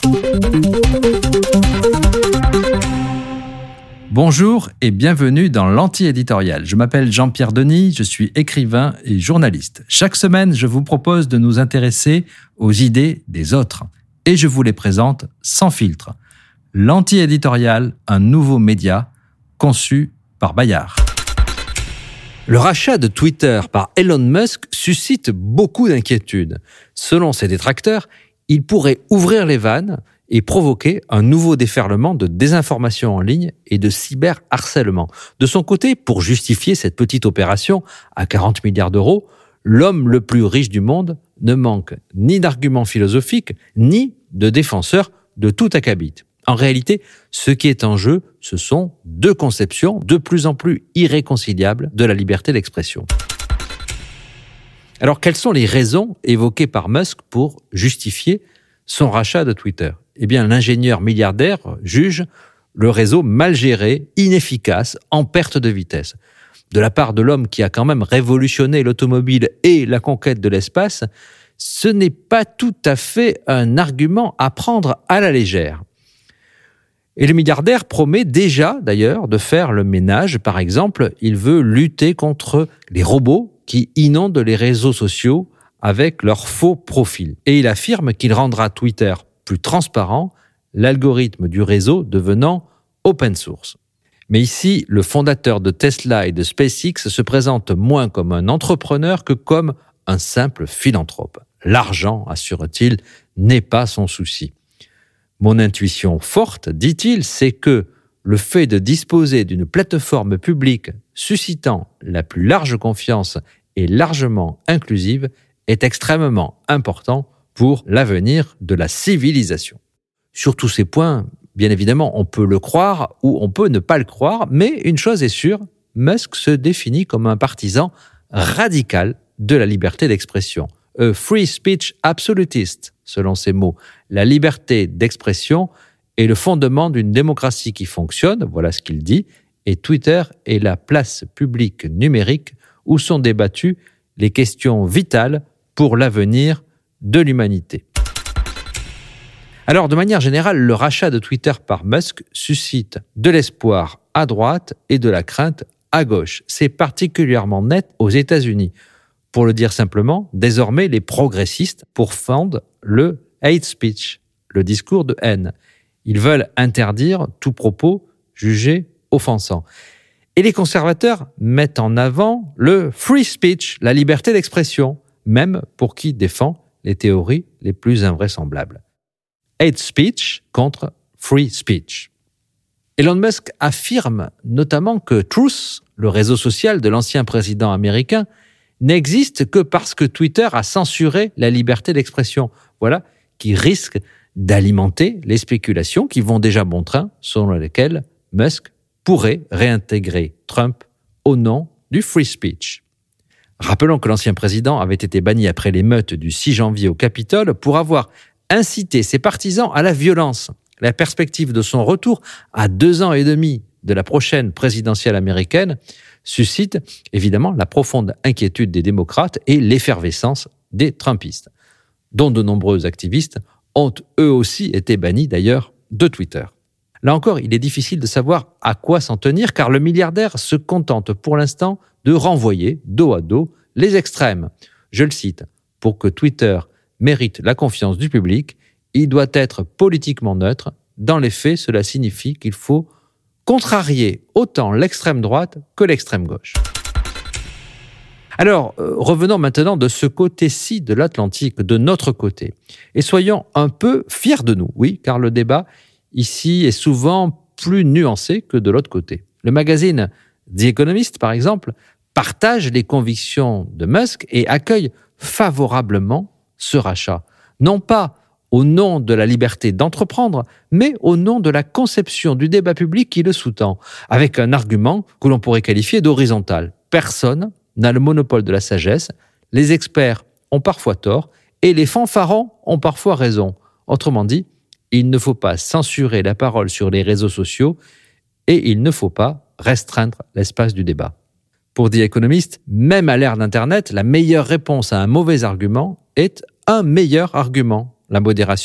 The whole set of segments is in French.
Bonjour et bienvenue dans l'Anti-Éditorial. Je m'appelle Jean-Pierre Denis, je suis écrivain et journaliste. Chaque semaine, je vous propose de nous intéresser aux idées des autres. Et je vous les présente sans filtre. L'Anti-Éditorial, un nouveau média conçu par Bayard. Le rachat de Twitter par Elon Musk suscite beaucoup d'inquiétudes. Selon ses détracteurs, il pourrait ouvrir les vannes et provoquer un nouveau déferlement de désinformation en ligne et de cyberharcèlement. De son côté, pour justifier cette petite opération à 40 milliards d'euros, l'homme le plus riche du monde ne manque ni d'arguments philosophiques, ni de défenseurs de tout acabit. En réalité, ce qui est en jeu, ce sont deux conceptions de plus en plus irréconciliables de la liberté d'expression. Alors, quelles sont les raisons évoquées par Musk pour justifier son rachat de Twitter ? Eh bien, l'ingénieur milliardaire juge le réseau mal géré, inefficace, en perte de vitesse. De la part de l'homme qui a quand même révolutionné l'automobile et la conquête de l'espace, ce n'est pas tout à fait un argument à prendre à la légère. Et le milliardaire promet déjà, d'ailleurs, de faire le ménage. Par exemple, il veut lutter contre les robots qui inondent les réseaux sociaux avec leurs faux profils. Et il affirme qu'il rendra Twitter plus transparent, l'algorithme du réseau devenant open source. Mais ici, le fondateur de Tesla et de SpaceX se présente moins comme un entrepreneur que comme un simple philanthrope. L'argent, assure-t-il, n'est pas son souci. Mon intuition forte, dit-il, c'est que le fait de disposer d'une plateforme publique suscitant la plus large confiance et largement inclusive est extrêmement important pour l'avenir de la civilisation. Sur tous ces points, bien évidemment, on peut le croire ou on peut ne pas le croire, mais une chose est sûre, Musk se définit comme un partisan radical de la liberté d'expression. A free speech absolutist, selon ses mots. La liberté d'expression est le fondement d'une démocratie qui fonctionne, voilà ce qu'il dit, et Twitter est la place publique numérique où sont débattues les questions vitales pour l'avenir de l'humanité. Alors, de manière générale, le rachat de Twitter par Musk suscite de l'espoir à droite et de la crainte à gauche. C'est particulièrement net aux États-Unis. Pour le dire simplement, désormais, les progressistes pourfendent le hate speech, le discours de haine. Ils veulent interdire tout propos jugé offensant. Et les conservateurs mettent en avant le free speech, la liberté d'expression, même pour qui défend les théories les plus invraisemblables. Hate speech contre free speech. Elon Musk affirme notamment que Truth, le réseau social de l'ancien président américain, n'existe que parce que Twitter a censuré la liberté d'expression. Voilà qui risque d'alimenter les spéculations qui vont déjà bon train, selon lesquelles Musk pourrait réintégrer Trump au nom du free speech. Rappelons que l'ancien président avait été banni après l'émeute du 6 janvier au Capitole pour avoir incité ses partisans à la violence. La perspective de son retour à 2 ans et demi de la prochaine présidentielle américaine suscite évidemment la profonde inquiétude des démocrates et l'effervescence des trumpistes, dont de nombreux activistes ont eux aussi été bannis d'ailleurs de Twitter. Là encore, il est difficile de savoir à quoi s'en tenir car le milliardaire se contente pour l'instant de renvoyer dos à dos les extrêmes. Je le cite, « Pour que Twitter mérite la confiance du public, il doit être politiquement neutre. Dans les faits, cela signifie qu'il faut contrarier autant l'extrême droite que l'extrême gauche. » Alors, revenons maintenant de ce côté-ci de l'Atlantique, de notre côté. Et soyons un peu fiers de nous, oui, car le débat ici est souvent plus nuancé que de l'autre côté. Le magazine The Economist, par exemple, partage les convictions de Musk et accueille favorablement ce rachat. Non pas au nom de la liberté d'entreprendre, mais au nom de la conception du débat public qui le sous-tend, avec un argument que l'on pourrait qualifier d'horizontal. Personne n'a le monopole de la sagesse, les experts ont parfois tort et les fanfarons ont parfois raison. Autrement dit, il ne faut pas censurer la parole sur les réseaux sociaux et il ne faut pas restreindre l'espace du débat. Pour The Economist, même à l'ère d'Internet, la meilleure réponse à un mauvais argument est un meilleur argument. La modération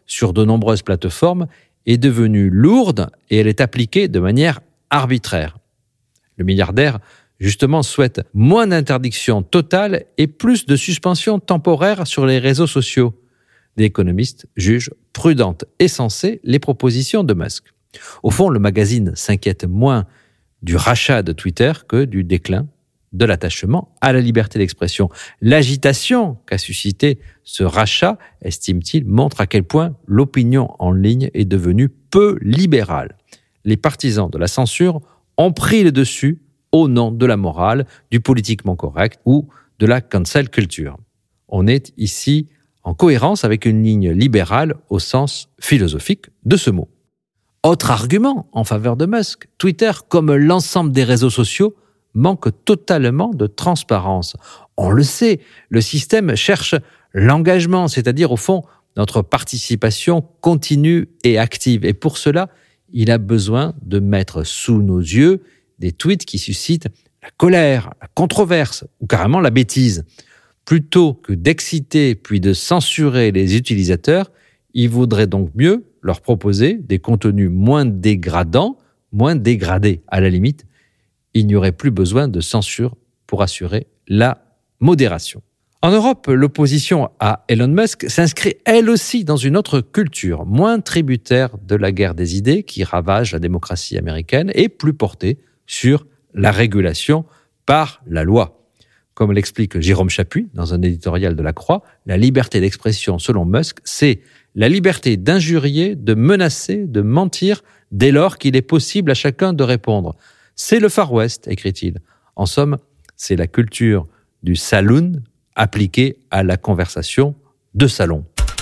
sur de nombreuses plateformes est devenue lourde et elle est appliquée de manière arbitraire. Le milliardaire, justement, souhaite moins d'interdictions totales et plus de suspensions temporaires sur les réseaux sociaux. Des économistes jugent prudentes et sensées les propositions de Musk. Au fond, le magazine s'inquiète moins du rachat de Twitter que du déclin de l'attachement à la liberté d'expression. L'agitation qu'a suscité ce rachat, estime-t-il, montre à quel point l'opinion en ligne est devenue peu libérale. Les partisans de la censure ont pris le dessus au nom de la morale, du politiquement correct ou de la cancel culture. On est ici en cohérence avec une ligne libérale au sens philosophique de ce mot. Autre argument en faveur de Musk, Twitter, comme l'ensemble des réseaux sociaux, manque totalement de transparence. On le sait, le système cherche l'engagement, c'est-à-dire au fond notre participation continue et active. Et pour cela, il a besoin de mettre sous nos yeux des tweets qui suscitent la colère, la controverse ou carrément la bêtise. Plutôt que d'exciter puis de censurer les utilisateurs, il vaudrait donc mieux leur proposer des contenus moins dégradants, moins dégradés. À la limite, il n'y aurait plus besoin de censure pour assurer la modération. En Europe, l'opposition à Elon Musk s'inscrit elle aussi dans une autre culture, moins tributaire de la guerre des idées qui ravage la démocratie américaine et plus portée sur la régulation par la loi. Comme l'explique Jérôme Chappuis dans un éditorial de La Croix, la liberté d'expression selon Musk, c'est la liberté d'injurier, de menacer, de mentir dès lors qu'il est possible à chacun de répondre. C'est le Far West, écrit-il. En somme, c'est la culture du saloon appliquée à la conversation de salon.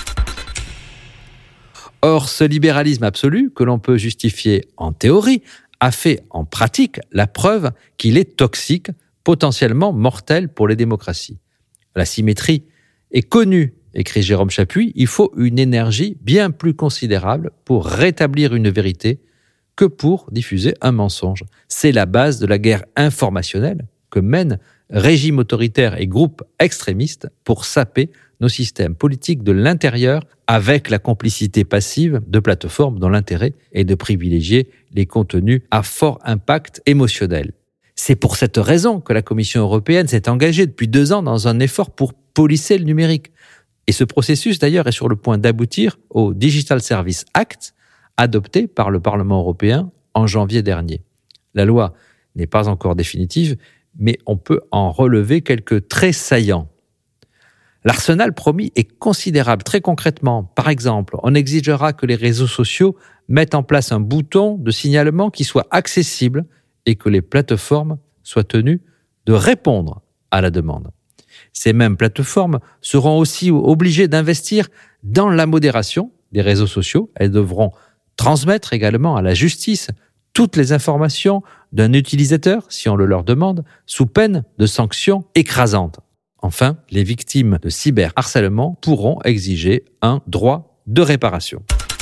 Or, ce libéralisme absolu, que l'on peut justifier en théorie, a fait en pratique la preuve qu'il est toxique, potentiellement mortel pour les démocraties. La symétrie est connue, écrit Jérôme Chappuis, il faut une énergie bien plus considérable pour rétablir une vérité que pour diffuser un mensonge. C'est la base de la guerre informationnelle que mènent régimes autoritaires et groupes extrémistes pour saper nos systèmes politiques de l'intérieur avec la complicité passive de plateformes dont l'intérêt est de privilégier les contenus à fort impact émotionnel. C'est pour cette raison que la Commission européenne s'est engagée depuis 2 ans dans un effort pour policer le numérique. Et ce processus, d'ailleurs, est sur le point d'aboutir au Digital Services Act, adopté par le Parlement européen en janvier dernier. La loi n'est pas encore définitive, mais on peut en relever quelques traits saillants. L'arsenal promis est considérable très concrètement. Par exemple, on exigera que les réseaux sociaux mettent en place un bouton de signalement qui soit accessible et que les plateformes soient tenues de répondre à la demande. Ces mêmes plateformes seront aussi obligées d'investir dans la modération des réseaux sociaux. Elles devront transmettre également à la justice toutes les informations d'un utilisateur, si on le leur demande, sous peine de sanctions écrasantes. Enfin, les victimes de cyberharcèlement pourront exiger un droit de réparation.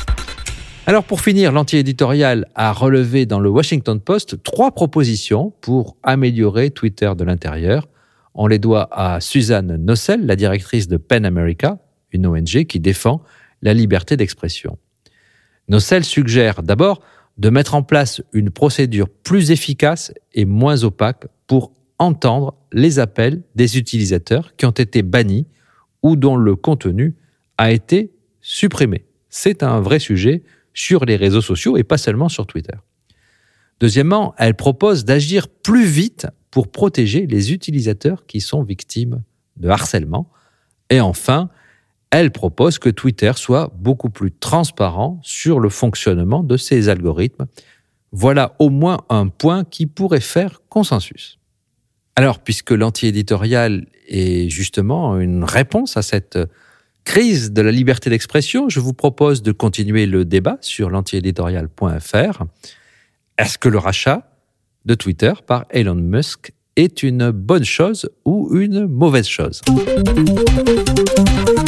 Alors pour finir, l'anti-éditorial a relevé dans le Washington Post 3 propositions pour améliorer Twitter de l'intérieur. On les doit à Suzanne Nossel, la directrice de PEN America, une ONG qui défend la liberté d'expression. Nossel suggère d'abord de mettre en place une procédure plus efficace et moins opaque pour entendre les appels des utilisateurs qui ont été bannis ou dont le contenu a été supprimé. C'est un vrai sujet sur les réseaux sociaux et pas seulement sur Twitter. Deuxièmement, elle propose d'agir plus vite pour protéger les utilisateurs qui sont victimes de harcèlement. Et enfin, elle propose que Twitter soit beaucoup plus transparent sur le fonctionnement de ses algorithmes. Voilà au moins un point qui pourrait faire consensus. Alors, puisque l'anti-éditorial est justement une réponse à cette crise de la liberté d'expression, je vous propose de continuer le débat sur l'antiéditorial.fr. Est-ce que le rachat de Twitter par Elon Musk est une bonne chose ou une mauvaise chose ?